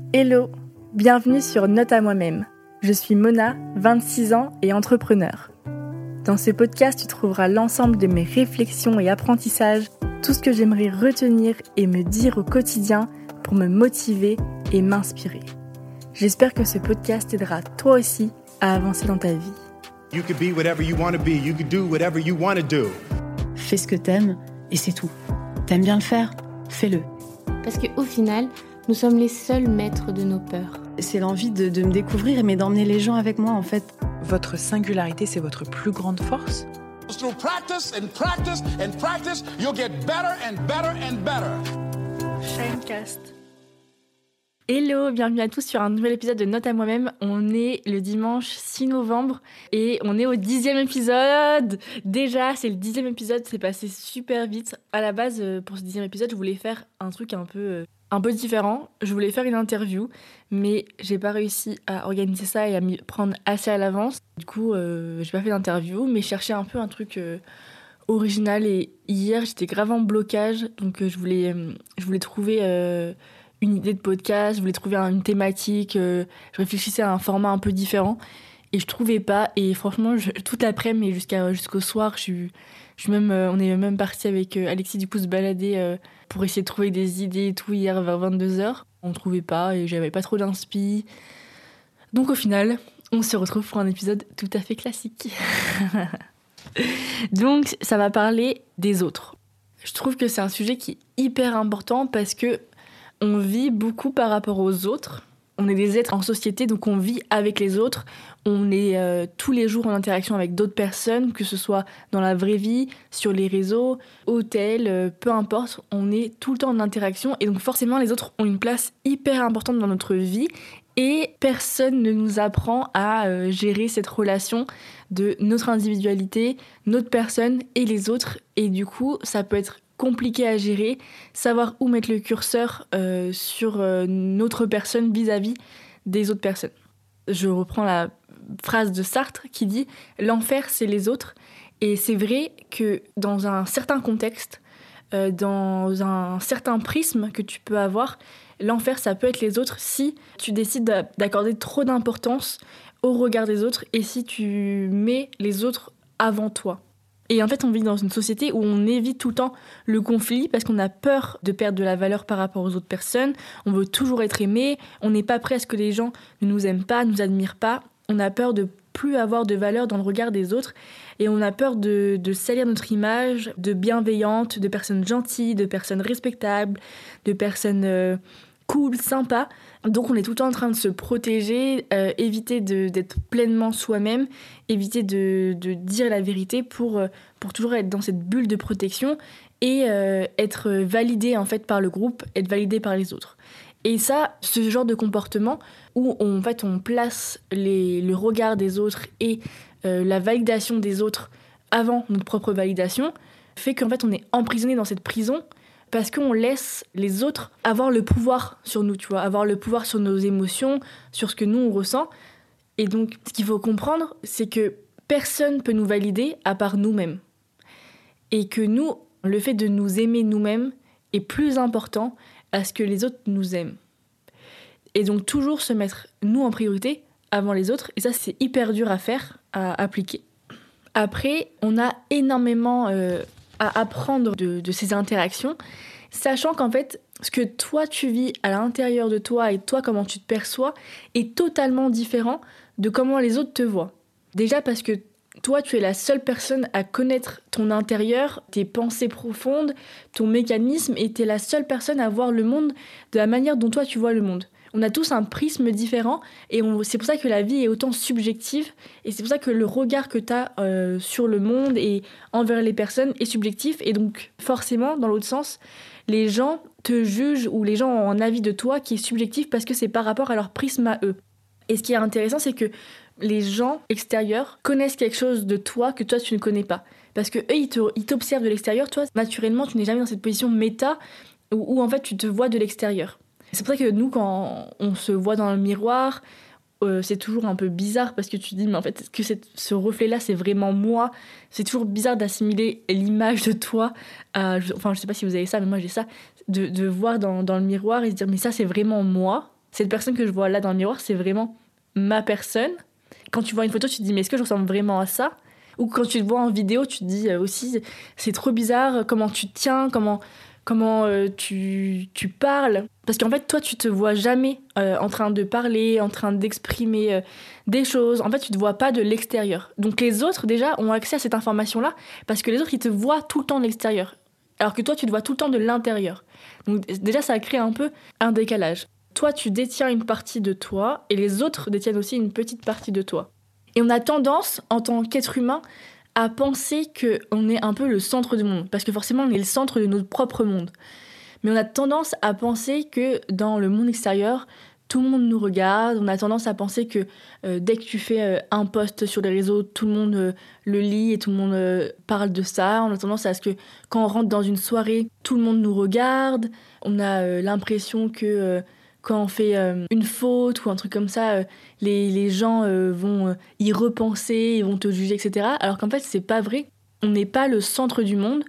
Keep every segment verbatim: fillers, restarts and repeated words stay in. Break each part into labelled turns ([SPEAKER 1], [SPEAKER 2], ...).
[SPEAKER 1] Hello, bienvenue sur Note à moi-même. Je suis Mona, vingt-six ans et entrepreneur. Dans ce podcast, tu trouveras l'ensemble de mes réflexions et apprentissages, tout ce que j'aimerais retenir et me dire au quotidien pour me motiver et m'inspirer. J'espère que ce podcast t'aidera toi aussi à avancer dans ta vie.
[SPEAKER 2] You could be whatever you want to be. You could do whatever you want to do.
[SPEAKER 3] Fais ce que t'aimes et c'est tout. T'aimes bien le faire ? Fais-le.
[SPEAKER 4] Parce qu'au final, nous sommes les seuls maîtres de nos peurs.
[SPEAKER 3] C'est l'envie de, de me découvrir, mais d'emmener les gens avec moi, en fait.
[SPEAKER 5] Votre singularité, c'est votre plus grande force ?
[SPEAKER 2] Through practice and practice and practice, you'll get better and better and better.
[SPEAKER 1] Shinecast. Hello, bienvenue à tous sur un nouvel épisode de Note à moi-même. On est le dimanche six novembre et on est au dixième épisode. Déjà, c'est le dixième épisode, c'est passé super vite. À la base, pour ce dixième épisode, je voulais faire un truc un peu, un peu différent. Je voulais faire une interview, mais j'ai pas réussi à organiser ça et à m'y prendre assez à l'avance. Du coup, euh, j'ai pas fait d'interview, mais je cherchais un peu un truc euh, original. Et hier, j'étais grave en blocage, donc euh, je voulais, euh, je voulais trouver... Euh, une idée de podcast, je voulais trouver une thématique, euh, je réfléchissais à un format un peu différent et je trouvais pas. Et franchement, je, toute l'après-midi jusqu'à, jusqu'au soir, je suis, je suis même, euh, on est même parti avec euh, Alexis du coup se balader euh, pour essayer de trouver des idées et tout hier vers vingt-deux heures. On trouvait pas et j'avais pas trop d'inspi. Donc au final, on se retrouve pour un épisode tout à fait classique. Donc ça va parler des autres. Je trouve que c'est un sujet qui est hyper important parce que on vit beaucoup par rapport aux autres. On est des êtres en société, donc on vit avec les autres. On est euh, tous les jours en interaction avec d'autres personnes, que ce soit dans la vraie vie, sur les réseaux, hôtels, euh, peu importe. On est tout le temps en interaction et donc forcément les autres ont une place hyper importante dans notre vie et personne ne nous apprend à euh, gérer cette relation de notre individualité, notre personne et les autres. Et du coup, ça peut être compliqué à gérer, savoir où mettre le curseur euh, sur euh, notre personne vis-à-vis des autres personnes. Je reprends la phrase de Sartre qui dit « L'enfer, c'est les autres ». Et c'est vrai que dans un certain contexte, euh, dans un certain prisme que tu peux avoir, l'enfer, ça peut être les autres si tu décides d'accorder trop d'importance au regard des autres et si tu mets les autres avant toi. Et en fait, on vit dans une société où on évite tout le temps le conflit parce qu'on a peur de perdre de la valeur par rapport aux autres personnes. On veut toujours être aimé. On n'est pas prêt à ce que les gens ne nous aiment pas, ne nous admirent pas. On a peur de plus avoir de valeur dans le regard des autres. Et on a peur de, de salir notre image de bienveillante, de personnes gentilles, de personnes respectables, de personnes euh, cool, sympas. Donc on est tout le temps en train de se protéger, euh, éviter de, d'être pleinement soi-même, éviter de, de dire la vérité pour, euh, pour toujours être dans cette bulle de protection et euh, être validé en fait par le groupe, être validé par les autres. Et ça, ce genre de comportement où on, en fait, on place les, le regard des autres et euh, la validation des autres avant notre propre validation, fait qu'en fait on est emprisonné dans cette prison parce qu'on laisse les autres avoir le pouvoir sur nous, tu vois, avoir le pouvoir sur nos émotions, sur ce que nous on ressent. Et donc, ce qu'il faut comprendre, c'est que personne peut nous valider à part nous-mêmes. Et que nous, le fait de nous aimer nous-mêmes est plus important à ce que les autres nous aiment. Et donc, toujours se mettre nous en priorité avant les autres. Et ça, c'est hyper dur à faire, à appliquer. Après, on a énormément euh, à apprendre de, de ces interactions, sachant qu'en fait, ce que toi tu vis à l'intérieur de toi et toi comment tu te perçois est totalement différent de comment les autres te voient. Déjà parce que toi tu es la seule personne à connaître ton intérieur, tes pensées profondes, ton mécanisme, et tu es la seule personne à voir le monde de la manière dont toi tu vois le monde. On a tous un prisme différent et on, c'est pour ça que la vie est autant subjective et c'est pour ça que le regard que tu as euh, sur le monde et envers les personnes est subjectif et donc forcément, dans l'autre sens, les gens te jugent ou les gens ont un avis de toi qui est subjectif parce que c'est par rapport à leur prisme à eux. Et ce qui est intéressant, c'est que les gens extérieurs connaissent quelque chose de toi que toi tu ne connais pas. Parce que eux, ils, te, ils t'observent de l'extérieur, toi, naturellement, tu n'es jamais dans cette position méta où, où en fait tu te vois de l'extérieur. C'est pour ça que nous, quand on se voit dans le miroir, euh, c'est toujours un peu bizarre parce que tu te dis, mais en fait, est-ce que cette, ce reflet-là, c'est vraiment moi ? C'est toujours bizarre d'assimiler l'image de toi à... Enfin, je sais pas si vous avez ça, mais moi j'ai ça, de, de voir dans, dans le miroir et se dire, mais ça, c'est vraiment moi ? Cette personne que je vois là dans le miroir, c'est vraiment ma personne. Quand tu vois une photo, tu te dis, mais est-ce que je ressemble vraiment à ça ? Ou quand tu te vois en vidéo, tu te dis aussi, c'est trop bizarre, comment tu te tiens, comment, comment euh, tu, tu parles. Parce qu'en fait, toi, tu te vois jamais euh, en train de parler, en train d'exprimer euh, des choses. En fait, tu te vois pas de l'extérieur. Donc les autres, déjà, ont accès à cette information-là, parce que les autres, ils te voient tout le temps de l'extérieur. Alors que toi, tu te vois tout le temps de l'intérieur. Donc déjà, ça crée un peu un décalage. Toi, tu détiens une partie de toi, et les autres détiennent aussi une petite partie de toi. Et on a tendance, en tant qu'être humain, à penser qu'on est un peu le centre du monde. Parce que forcément, on est le centre de notre propre monde. Mais on a tendance à penser que dans le monde extérieur, tout le monde nous regarde. On a tendance à penser que euh, dès que tu fais euh, un post sur les réseaux, tout le monde euh, le lit et tout le monde euh, parle de ça. On a tendance à ce que quand on rentre dans une soirée, tout le monde nous regarde. On a euh, l'impression que... Euh, Quand on fait euh, une faute ou un truc comme ça, euh, les, les gens euh, vont euh, y repenser, ils vont te juger, et cetera. Alors qu'en fait, c'est pas vrai. On n'est pas le centre du monde.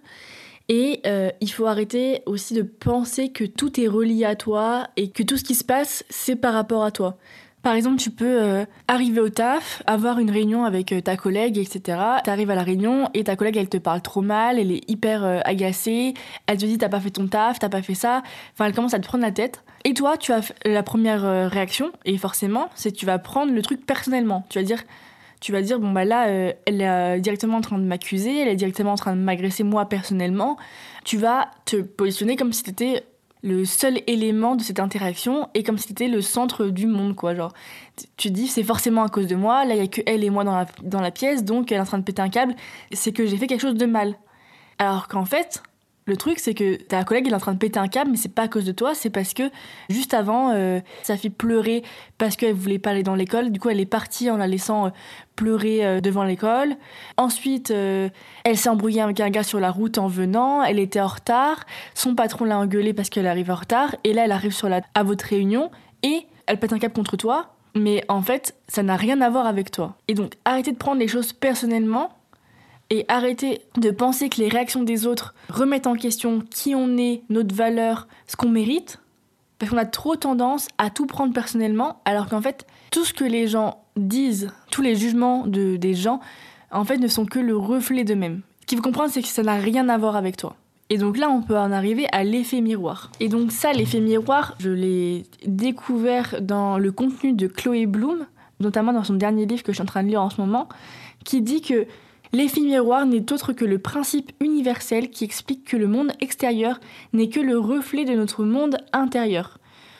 [SPEAKER 1] Et euh, il faut arrêter aussi de penser que tout est relié à toi et que tout ce qui se passe, c'est par rapport à toi. Par exemple, tu peux euh, arriver au taf, avoir une réunion avec euh, ta collègue, et cetera. Tu arrives à la réunion et ta collègue, elle te parle trop mal, elle est hyper euh, agacée, elle te dit t'as pas fait ton taf, t'as pas fait ça. Enfin, elle commence à te prendre la tête. Et toi, tu as la première euh, réaction, et forcément, c'est que tu vas prendre le truc personnellement. Tu vas dire, tu vas dire bon bah là, euh, elle est euh, directement en train de m'accuser, elle est directement en train de m'agresser moi personnellement. Tu vas te positionner comme si t'étais le seul élément de cette interaction et comme si c'était le centre du monde, quoi. Genre, tu te dis, c'est forcément à cause de moi, là, il y a que elle et moi dans la, dans la pièce, donc elle est en train de péter un câble, c'est que j'ai fait quelque chose de mal. Alors qu'en fait, le truc, c'est que ta collègue, elle est en train de péter un câble, mais c'est pas à cause de toi, c'est parce que, juste avant, euh, sa fille pleurait parce qu'elle voulait pas aller dans l'école, du coup, elle est partie en la laissant euh, pleurer euh, devant l'école. Ensuite, euh, elle s'est embrouillée avec un gars sur la route en venant, elle était en retard, son patron l'a engueulée parce qu'elle arrive en retard, et là, elle arrive sur la, à votre réunion, et elle pète un câble contre toi, mais en fait, ça n'a rien à voir avec toi. Et donc, arrêtez de prendre les choses personnellement, et arrêtez de penser que les réactions des autres remettent en question qui on est, notre valeur, ce qu'on mérite, parce qu'on a trop tendance à tout prendre personnellement, alors qu'en fait, tout ce que les gens disent, tous les jugements de, des gens, en fait, ne sont que le reflet d'eux-mêmes. Ce qu'il faut comprendre, c'est que ça n'a rien à voir avec toi. Et donc là, on peut en arriver à l'effet miroir. Et donc ça, l'effet miroir, je l'ai découvert dans le contenu de Chloé Bloom, notamment dans son dernier livre que je suis en train de lire en ce moment, qui dit que l'effet miroir n'est autre que le principe universel qui explique que le monde extérieur n'est que le reflet de notre monde intérieur.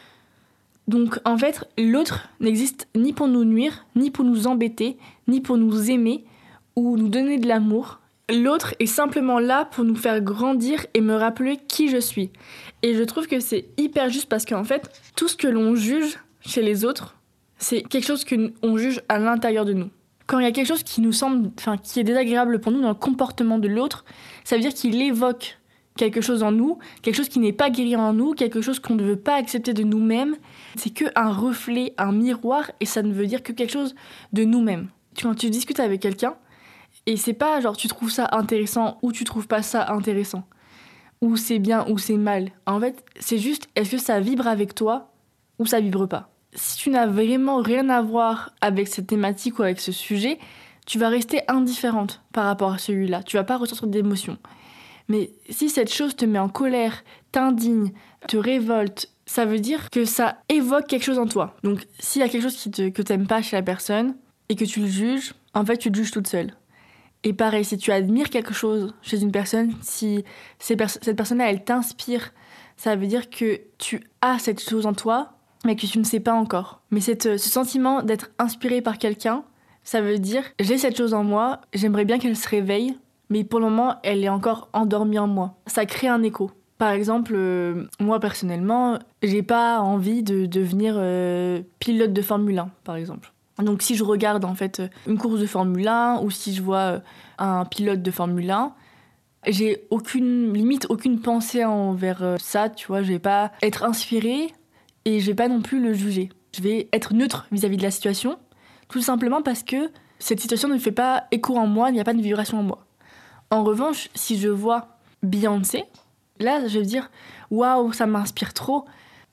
[SPEAKER 1] Donc en fait, l'autre n'existe ni pour nous nuire, ni pour nous embêter, ni pour nous aimer ou nous donner de l'amour. L'autre est simplement là pour nous faire grandir et me rappeler qui je suis. Et je trouve que c'est hyper juste parce qu'en fait, tout ce que l'on juge chez les autres, c'est quelque chose qu'on juge à l'intérieur de nous. Quand il y a quelque chose qui nous semble, enfin, qui est désagréable pour nous dans le comportement de l'autre, ça veut dire qu'il évoque quelque chose en nous, quelque chose qui n'est pas guéri en nous, quelque chose qu'on ne veut pas accepter de nous-mêmes. C'est qu'un reflet, un miroir, et ça ne veut dire que quelque chose de nous-mêmes. Quand tu discutes avec quelqu'un, et c'est pas genre tu trouves ça intéressant ou tu trouves pas ça intéressant, ou c'est bien ou c'est mal. En fait, c'est juste est-ce que ça vibre avec toi ou ça vibre pas. Si tu n'as vraiment rien à voir avec cette thématique ou avec ce sujet, tu vas rester indifférente par rapport à celui-là. Tu vas pas ressentir d'émotion. Mais si cette chose te met en colère, t'indigne, te révolte, ça veut dire que ça évoque quelque chose en toi. Donc s'il y a quelque chose qui te, que t'aimes pas chez la personne et que tu le juges, en fait tu te juges toute seule. Et pareil, si tu admires quelque chose chez une personne, si cette personne-là elle t'inspire, ça veut dire que tu as cette chose en toi, mais que tu ne sais pas encore. Mais cette, ce sentiment d'être inspiré par quelqu'un, ça veut dire j'ai cette chose en moi, j'aimerais bien qu'elle se réveille, mais pour le moment, elle est encore endormie en moi. Ça crée un écho. Par exemple, euh, moi personnellement, j'ai pas envie de devenir euh, pilote de Formule un, par exemple. Donc si je regarde en fait une course de Formule un ou si je vois euh, un pilote de Formule un, j'ai aucune limite, aucune pensée envers euh, ça, tu vois, je vais pas être inspirée. Et je vais pas non plus le juger. Je vais être neutre vis-à-vis de la situation, tout simplement parce que cette situation ne fait pas écho en moi, il n'y a pas de vibration en moi. En revanche, si je vois Beyoncé, là, je vais me dire « Waouh, ça m'inspire trop !»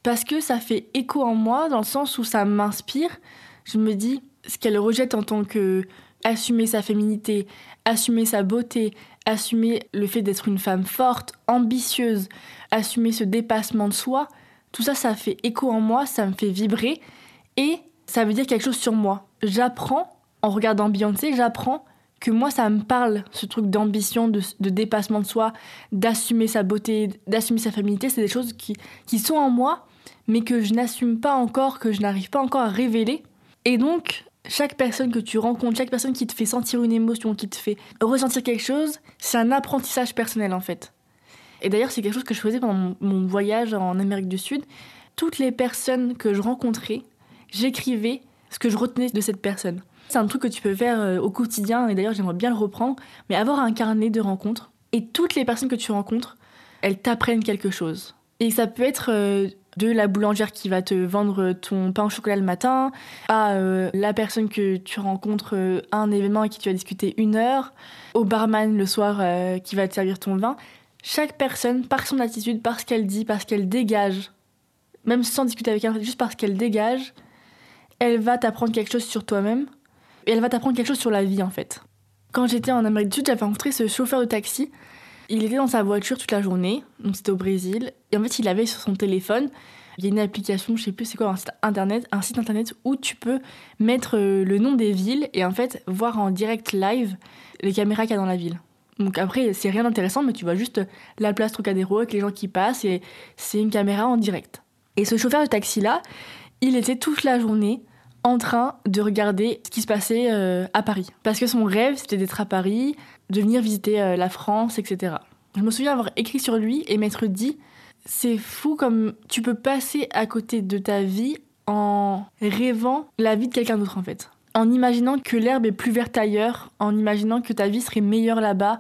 [SPEAKER 1] parce que ça fait écho en moi dans le sens où ça m'inspire. Je me dis, ce qu'elle rejette en tant que assumer sa féminité, assumer sa beauté, assumer le fait d'être une femme forte, ambitieuse, assumer ce dépassement de soi, tout ça, ça fait écho en moi, ça me fait vibrer et ça veut dire quelque chose sur moi. J'apprends, en regardant Beyoncé, j'apprends que moi, ça me parle, ce truc d'ambition, de, de dépassement de soi, d'assumer sa beauté, d'assumer sa féminité. C'est des choses qui, qui sont en moi, mais que je n'assume pas encore, que je n'arrive pas encore à révéler. Et donc, chaque personne que tu rencontres, chaque personne qui te fait sentir une émotion, qui te fait ressentir quelque chose, c'est un apprentissage personnel, en fait. Et d'ailleurs, c'est quelque chose que je faisais pendant mon, mon voyage en Amérique du Sud. Toutes les personnes que je rencontrais, j'écrivais ce que je retenais de cette personne. C'est un truc que tu peux faire euh, au quotidien, et d'ailleurs j'aimerais bien le reprendre, mais avoir un carnet de rencontres. Et toutes les personnes que tu rencontres, elles t'apprennent quelque chose. Et ça peut être euh, de la boulangère qui va te vendre ton pain au chocolat le matin, à euh, la personne que tu rencontres euh, à un événement et qui tu vas discuter une heure, au barman le soir euh, qui va te servir ton vin. Chaque personne, par son attitude, par ce qu'elle dit, par ce qu'elle dégage, même sans discuter avec elle, juste parce qu'elle dégage, elle va t'apprendre quelque chose sur toi-même. Et elle va t'apprendre quelque chose sur la vie, en fait. Quand j'étais en Amérique du Sud, j'avais rencontré ce chauffeur de taxi. Il était dans sa voiture toute la journée, donc c'était au Brésil. Et en fait, il avait sur son téléphone, il y a une application, je sais plus c'est quoi, un site internet, un site internet où tu peux mettre le nom des villes et en fait voir en direct live les caméras qu'il y a dans la ville. Donc après, c'est rien d'intéressant, mais tu vois juste la place Trocadéro avec les gens qui passent et c'est une caméra en direct. Et ce chauffeur de taxi-là, il était toute la journée en train de regarder ce qui se passait euh, à Paris. Parce que son rêve, c'était d'être à Paris, de venir visiter euh, la France, et cetera. Je me souviens avoir écrit sur lui et m'être dit, c'est fou comme tu peux passer à côté de ta vie en rêvant la vie de quelqu'un d'autre, en fait. En imaginant que l'herbe est plus verte ailleurs, en imaginant que ta vie serait meilleure là-bas.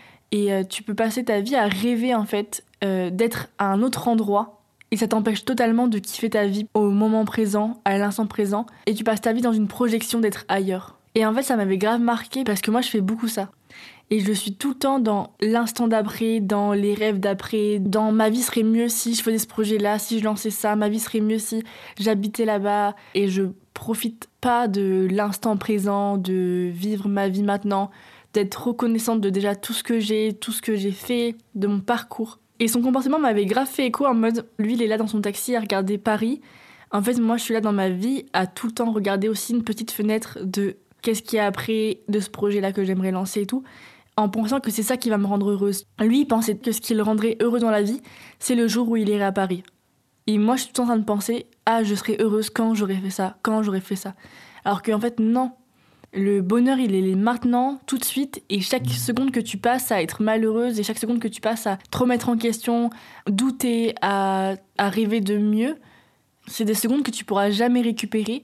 [SPEAKER 1] Et euh, tu peux passer ta vie à rêver, en fait, euh, d'être à un autre endroit. Et ça t'empêche totalement de kiffer ta vie au moment présent, à l'instant présent. Et tu passes ta vie dans une projection d'être ailleurs. Et en fait, ça m'avait grave marqué parce que moi, je fais beaucoup ça. Et je suis tout le temps dans l'instant d'après, dans les rêves d'après, dans ma vie serait mieux si je faisais ce projet-là, si je lançais ça, ma vie serait mieux si j'habitais là-bas. Et je profite pas de l'instant présent, de vivre ma vie maintenant, d'être reconnaissante de déjà tout ce que j'ai, tout ce que j'ai fait, de mon parcours. Et son comportement m'avait grave fait écho en mode, lui il est là dans son taxi à regarder Paris. En fait, moi je suis là dans ma vie à tout le temps regarder aussi une petite fenêtre de qu'est-ce qu'il y a après de ce projet-là que j'aimerais lancer et tout, en pensant que c'est ça qui va me rendre heureuse. Lui, il pensait que ce qui le rendrait heureux dans la vie, c'est le jour où il irait à Paris. Et moi je suis tout le temps en train de penser, ah je serais heureuse quand j'aurais fait ça, quand j'aurais fait ça. Alors qu'en fait non. Le bonheur, il est maintenant, tout de suite, et chaque seconde que tu passes à être malheureuse, et chaque seconde que tu passes à te remettre en question, douter, à, à rêver de mieux, c'est des secondes que tu pourras jamais récupérer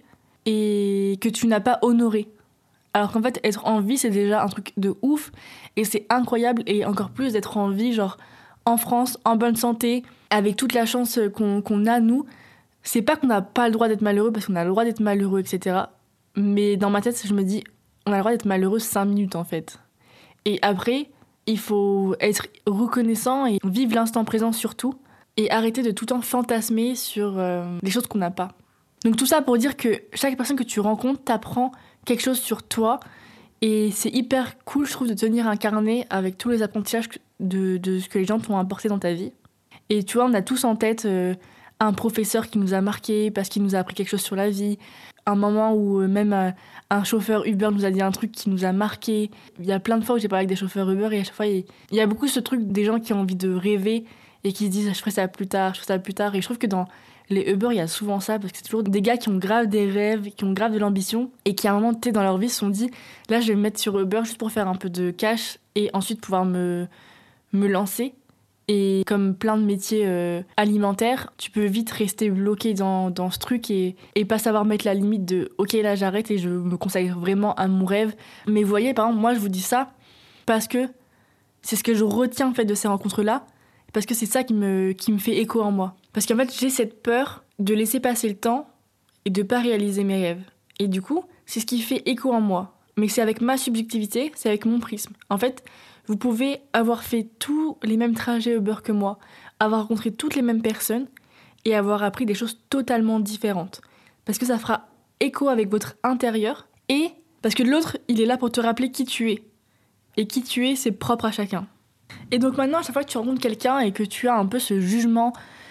[SPEAKER 1] et que tu n'as pas honorées. Alors qu'en fait, être en vie, c'est déjà un truc de ouf, et c'est incroyable, et encore plus d'être en vie, genre en France, en bonne santé, avec toute la chance qu'on, qu'on a, nous. C'est pas qu'on n'a pas le droit d'être malheureux, parce qu'on a le droit d'être malheureux, et cetera. Mais dans ma tête, je me dis, on a le droit d'être malheureux cinq minutes en fait. Et après, il faut être reconnaissant et vivre l'instant présent surtout. Et arrêter de tout le temps fantasmer sur euh, les choses qu'on n'a pas. Donc tout ça pour dire que chaque personne que tu rencontres t'apprend quelque chose sur toi. Et c'est hyper cool, je trouve, de tenir un carnet avec tous les apprentissages de, de ce que les gens t'ont apporté dans ta vie. Et tu vois, on a tous en tête euh, un professeur qui nous a marqué parce qu'il nous a appris quelque chose sur la vie. Un moment où même euh, un chauffeur Uber nous a dit un truc qui nous a marqué. Il y a plein de fois où j'ai parlé avec des chauffeurs Uber et à chaque fois, il y a beaucoup ce truc des gens qui ont envie de rêver et qui se disent « je ferai ça plus tard, je ferai ça plus tard ». Et je trouve que dans les Uber, il y a souvent ça parce que c'est toujours des gars qui ont grave des rêves, qui ont grave de l'ambition et qui à un moment, tu sais, dans leur vie, se sont dit « là, je vais me mettre sur Uber juste pour faire un peu de cash et ensuite pouvoir me, me lancer ». Et comme plein de métiers euh, alimentaires, tu peux vite rester bloqué dans, dans ce truc et, et pas savoir mettre la limite de « ok, là j'arrête et je me consacre vraiment à mon rêve ». Mais vous voyez, par exemple, moi je vous dis ça parce que c'est ce que je retiens en fait de ces rencontres-là, parce que c'est ça qui me, qui me fait écho en moi. Parce qu'en fait, j'ai cette peur de laisser passer le temps et de pas réaliser mes rêves. Et du coup, c'est ce qui fait écho en moi. Mais c'est avec ma subjectivité, c'est avec mon prisme. En fait, vous pouvez avoir fait tous les mêmes trajets Uber que moi, avoir rencontré toutes les mêmes personnes, et avoir appris des choses totalement différentes. Parce que ça fera écho avec votre intérieur et parce que l'autre, il est là pour te rappeler qui tu es. Et qui tu es, c'est propre à chacun. Et donc maintenant, à chaque fois que tu rencontres quelqu'un et que tu as un peu ce jugement,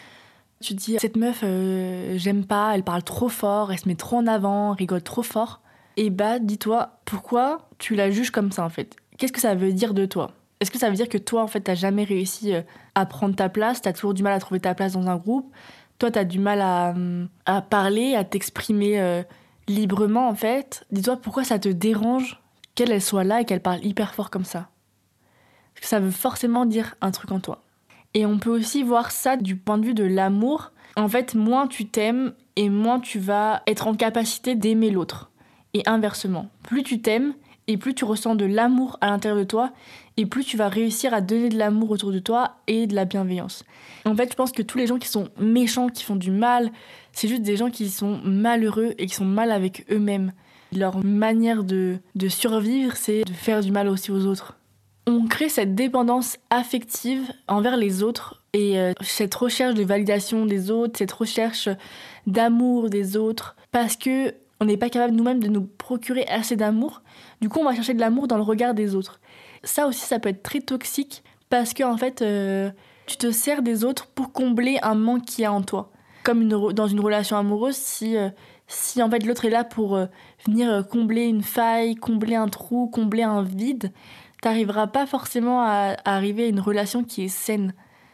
[SPEAKER 1] tu te dis, cette meuf, euh, j'aime pas, elle parle trop fort, elle se met trop en avant, elle rigole trop fort. Et bah, dis-toi, pourquoi tu la juges comme ça en fait ? Qu'est-ce que ça veut dire de toi ? Est-ce que ça veut dire que toi, en fait, t'as jamais réussi à prendre ta place, t'as toujours du mal à trouver ta place dans un groupe ? Toi, t'as du mal à, à parler, à t'exprimer euh, librement, en fait. Dis-toi, pourquoi ça te dérange qu'elle elle soit là et qu'elle parle hyper fort comme ça ? Parce que ça veut forcément dire un truc en toi. Et on peut aussi voir ça du point de vue de l'amour. En fait, moins tu t'aimes et moins tu vas être en capacité d'aimer l'autre. Et inversement, plus tu t'aimes et plus tu ressens de l'amour à l'intérieur de toi et plus tu vas réussir à donner de l'amour autour de toi et de la bienveillance. En fait, je pense que tous les gens qui sont méchants, qui font du mal, c'est juste des gens qui sont malheureux et qui sont mal avec eux-mêmes. Leur manière de, de survivre, c'est de faire du mal aussi aux autres. On crée cette dépendance affective envers les autres et euh, cette recherche de validation des autres, cette recherche d'amour des autres, parce que on n'est pas capable nous-mêmes de nous procurer assez d'amour. Du coup, on va chercher de l'amour dans le regard des autres. Ça aussi, ça peut être très toxique parce que en fait, euh, tu te sers des autres pour combler un manque qu'il y a en toi. Comme une, dans une relation amoureuse, si, euh, si en fait l'autre est là pour euh, venir combler une faille, combler un trou, combler un vide, t'arriveras pas forcément à, à arriver à une relation qui est saine.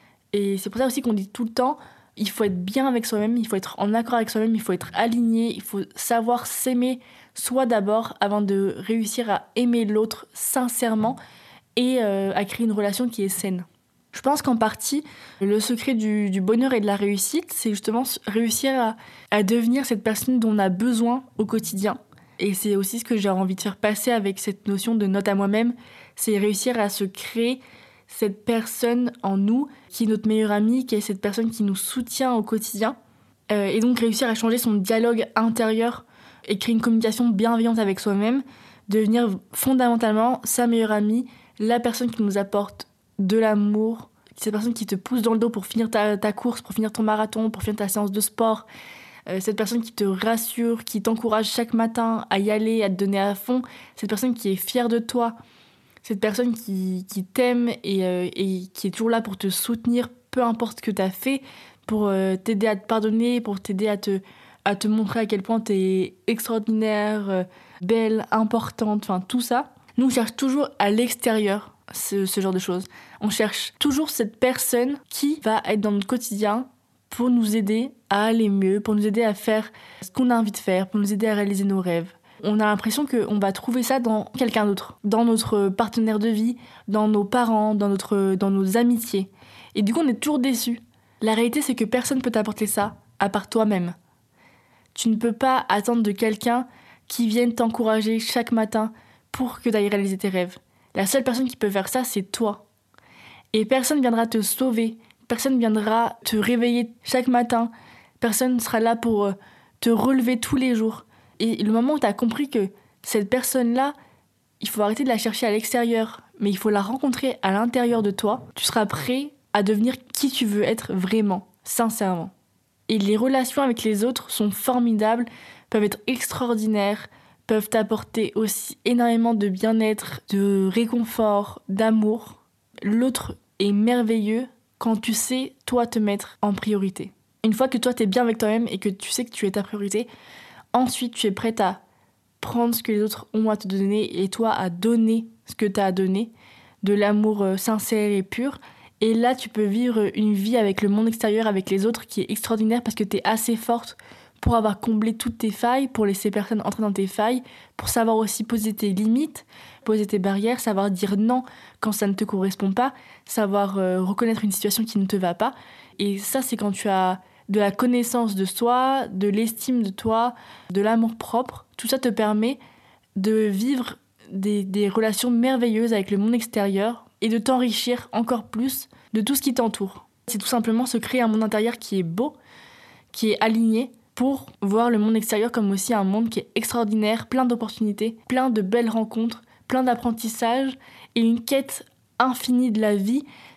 [SPEAKER 1] Et c'est pour ça aussi qu'on dit tout le temps, il faut être bien avec soi-même, il faut être en accord avec soi-même, il faut être aligné, il faut savoir s'aimer soi d'abord avant de réussir à aimer l'autre sincèrement et euh, à créer une relation qui est saine. Je pense qu'en partie, le secret du, du bonheur et de la réussite, c'est justement réussir à, à devenir cette personne dont on a besoin au quotidien. Et c'est aussi ce que j'ai envie de faire passer avec cette notion de note à moi-même, c'est réussir à se créer cette personne en nous, qui est notre meilleure amie, qui est cette personne qui nous soutient au quotidien. Euh, et donc réussir à changer son dialogue intérieur et créer une communication bienveillante avec soi-même, devenir fondamentalement sa meilleure amie, la personne qui nous apporte de l'amour, cette personne qui te pousse dans le dos pour finir ta, ta course, pour finir ton marathon, pour finir ta séance de sport, euh, cette personne qui te rassure, qui t'encourage chaque matin à y aller, à te donner à fond, cette personne qui est fière de toi, cette personne qui, qui t'aime et, euh, et qui est toujours là pour te soutenir, peu importe ce que tu as fait, pour euh, t'aider à te pardonner, pour t'aider à te, à te montrer à quel point tu es extraordinaire, euh, belle, importante, enfin tout ça. Nous, on cherche toujours à l'extérieur ce, ce genre de choses. On cherche toujours cette personne qui va être dans notre quotidien pour nous aider à aller mieux, pour nous aider à faire ce qu'on a envie de faire, pour nous aider à réaliser nos rêves. On a l'impression qu'on va trouver ça dans quelqu'un d'autre, dans notre partenaire de vie, dans nos parents, dans, notre, dans nos amitiés. Et du coup, on est toujours déçus. La réalité, c'est que personne ne peut t'apporter ça, à part toi-même. Tu ne peux pas attendre de quelqu'un qui vienne t'encourager chaque matin pour que tu ailles réaliser tes rêves. La seule personne qui peut faire ça, c'est toi. Et personne ne viendra te sauver, personne ne viendra te réveiller chaque matin, personne ne sera là pour te relever tous les jours. Et le moment où tu as compris que cette personne-là, il faut arrêter de la chercher à l'extérieur, mais il faut la rencontrer à l'intérieur de toi, tu seras prêt à devenir qui tu veux être vraiment, sincèrement. Et les relations avec les autres sont formidables, peuvent être extraordinaires, peuvent t'apporter aussi énormément de bien-être, de réconfort, d'amour. L'autre est merveilleux quand tu sais, toi, te mettre en priorité. Une fois que toi, t'es bien avec toi-même et que tu sais que tu es ta priorité, ensuite, tu es prête à prendre ce que les autres ont à te donner et toi à donner ce que tu as à donner, de l'amour sincère et pur. Et là, tu peux vivre une vie avec le monde extérieur, avec les autres, qui est extraordinaire parce que tu es assez forte pour avoir comblé toutes tes failles, pour laisser personne entrer dans tes failles, pour savoir aussi poser tes limites, poser tes barrières, savoir dire non quand ça ne te correspond pas, savoir euh, reconnaître une situation qui ne te va pas. Et ça, c'est quand tu as de la connaissance de soi, de l'estime de toi, de l'amour propre. Tout ça te permet de vivre des, des relations merveilleuses avec le monde extérieur et de t'enrichir encore plus de tout ce qui t'entoure. C'est tout simplement se créer un monde intérieur qui est beau, qui est aligné, pour voir le monde extérieur comme aussi un monde qui est extraordinaire, plein d'opportunités, plein de belles rencontres, plein d'apprentissages et une quête infinie de la vie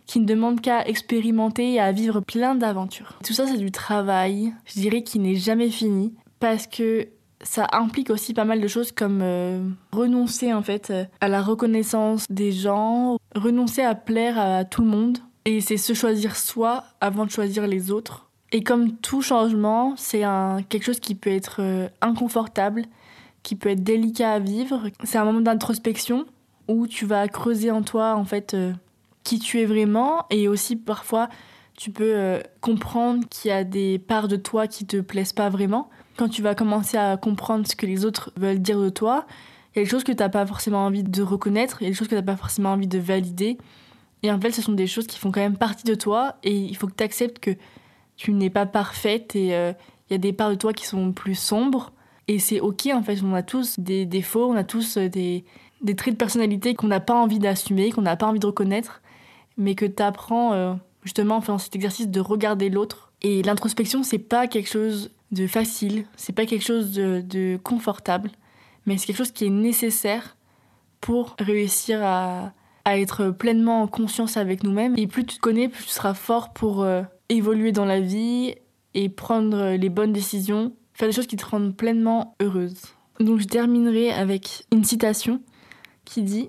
[SPEAKER 1] qui ne demande qu'à expérimenter et à vivre plein d'aventures. Tout ça, c'est du travail, je dirais, qui n'est jamais fini, parce que ça implique aussi pas mal de choses comme euh, renoncer en fait à la reconnaissance des gens, renoncer à plaire à tout le monde, et c'est se choisir soi avant de choisir les autres. Et comme tout changement, c'est un, quelque chose qui peut être euh, inconfortable, qui peut être délicat à vivre. C'est un moment d'introspection où tu vas creuser en toi en fait euh, qui tu es vraiment, et aussi parfois tu peux euh, comprendre qu'il y a des parts de toi qui te plaisent pas vraiment. Quand tu vas commencer à comprendre ce que les autres veulent dire de toi, il y a des choses que tu n'as pas forcément envie de reconnaître, il y a des choses que tu n'as pas forcément envie de valider. Et en fait, ce sont des choses qui font quand même partie de toi, et il faut que tu acceptes que tu n'es pas parfaite, et il euh, y a des parts de toi qui sont plus sombres. Et c'est ok, en fait, on a tous des défauts, on a tous des, des traits de personnalité qu'on n'a pas envie d'assumer, qu'on n'a pas envie de reconnaître, mais que tu apprends euh, justement en faisant cet exercice de regarder l'autre. Et l'introspection, c'est pas quelque chose de facile, c'est pas quelque chose de, de confortable, mais c'est quelque chose qui est nécessaire pour réussir à, à être pleinement en conscience avec nous-mêmes. Et plus tu te connais, plus tu seras fort pour euh, évoluer dans la vie et prendre les bonnes décisions, faire des choses qui te rendent pleinement heureuse. Donc je terminerai avec une citation qui dit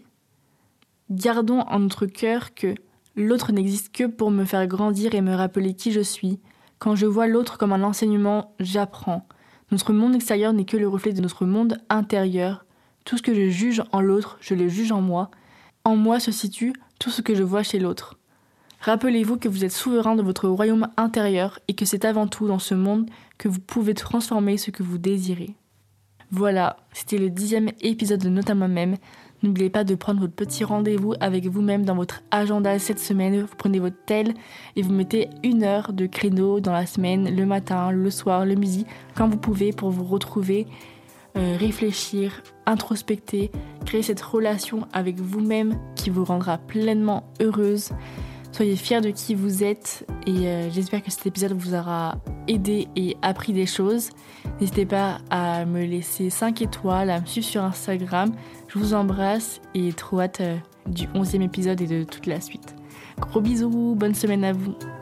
[SPEAKER 1] « Gardons en notre cœur que l'autre n'existe que pour me faire grandir et me rappeler qui je suis. Quand je vois l'autre comme un enseignement, j'apprends. Notre monde extérieur n'est que le reflet de notre monde intérieur. Tout ce que je juge en l'autre, je le juge en moi. En moi se situe tout ce que je vois chez l'autre. Rappelez-vous que vous êtes souverain de votre royaume intérieur et que c'est avant tout dans ce monde que vous pouvez transformer ce que vous désirez. » Voilà, c'était le dixième épisode de Note à moi-même. N'oubliez pas de prendre votre petit rendez-vous avec vous-même dans votre agenda cette semaine. Vous prenez votre tel et vous mettez une heure de créneau dans la semaine, le matin, le soir, le midi, quand vous pouvez, pour vous retrouver, euh, réfléchir, introspecter, créer cette relation avec vous-même qui vous rendra pleinement heureuse. Soyez fiers de qui vous êtes, et euh, j'espère que cet épisode vous aura aidé et appris des choses. N'hésitez pas à me laisser cinq étoiles, à me suivre sur Instagram. Je vous embrasse et trop hâte euh, du onzième épisode et de toute la suite. Gros bisous, bonne semaine à vous.